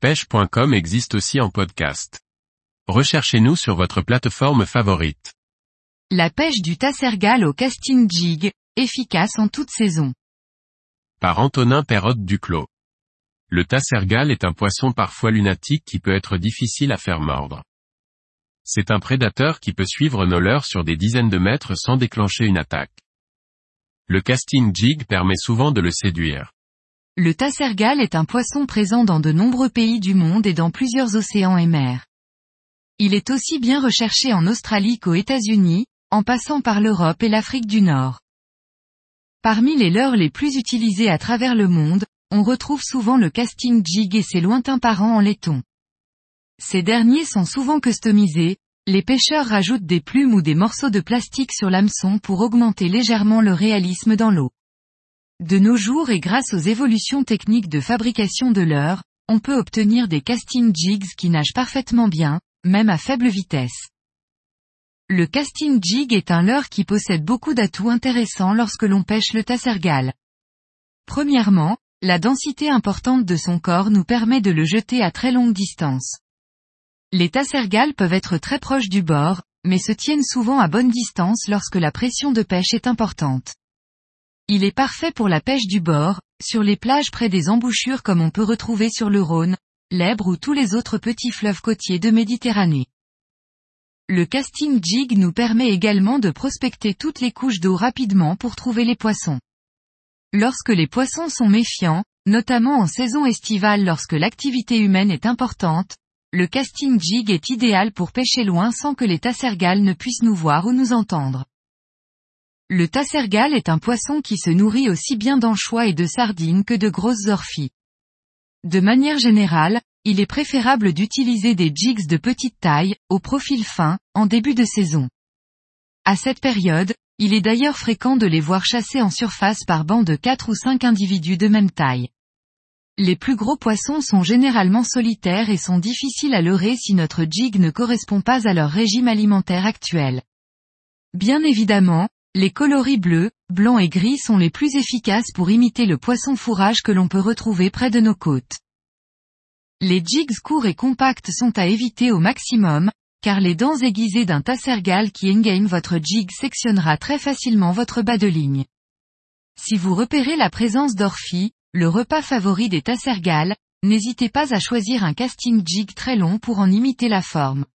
pêche.com existe aussi en podcast. Recherchez-nous sur votre plateforme favorite. La pêche du tassergale au casting jig, efficace en toute saison. Par Antonin Perrotte Duclos. Le tassergale est un poisson parfois lunatique qui peut être difficile à faire mordre. C'est un prédateur qui peut suivre nos leurres sur des dizaines de mètres sans déclencher une attaque. Le casting jig permet souvent de le séduire. Le tassergale est un poisson présent dans de nombreux pays du monde et dans plusieurs océans et mers. Il est aussi bien recherché en Australie qu'aux États-Unis, en passant par l'Europe et l'Afrique du Nord. Parmi les leurres les plus utilisés à travers le monde, on retrouve souvent le casting jig et ses lointains parents en laiton. Ces derniers sont souvent customisés, les pêcheurs rajoutent des plumes ou des morceaux de plastique sur l'hameçon pour augmenter légèrement le réalisme dans l'eau. De nos jours et grâce aux évolutions techniques de fabrication de leurres, on peut obtenir des casting jigs qui nagent parfaitement bien, même à faible vitesse. Le casting jig est un leurre qui possède beaucoup d'atouts intéressants lorsque l'on pêche le tassergale. Premièrement, la densité importante de son corps nous permet de le jeter à très longue distance. Les tassergales peuvent être très proches du bord, mais se tiennent souvent à bonne distance lorsque la pression de pêche est importante. Il est parfait pour la pêche du bord, sur les plages près des embouchures comme on peut retrouver sur le Rhône, l'Èbre ou tous les autres petits fleuves côtiers de Méditerranée. Le casting jig nous permet également de prospecter toutes les couches d'eau rapidement pour trouver les poissons. Lorsque les poissons sont méfiants, notamment en saison estivale lorsque l'activité humaine est importante, le casting jig est idéal pour pêcher loin sans que les tassergales ne puissent nous voir ou nous entendre. Le tassergale est un poisson qui se nourrit aussi bien d'anchois et de sardines que de grosses orphies. De manière générale, il est préférable d'utiliser des jigs de petite taille, au profil fin, en début de saison. À cette période, il est d'ailleurs fréquent de les voir chasser en surface par bancs de 4 ou 5 individus de même taille. Les plus gros poissons sont généralement solitaires et sont difficiles à leurrer si notre jig ne correspond pas à leur régime alimentaire actuel. Bien évidemment, les coloris bleus, blancs et gris sont les plus efficaces pour imiter le poisson fourrage que l'on peut retrouver près de nos côtes. Les jigs courts et compacts sont à éviter au maximum, car les dents aiguisées d'un tassergale qui engaine votre jig sectionnera très facilement votre bas de ligne. Si vous repérez la présence d'orphies, le repas favori des tassergales, n'hésitez pas à choisir un casting jig très long pour en imiter la forme.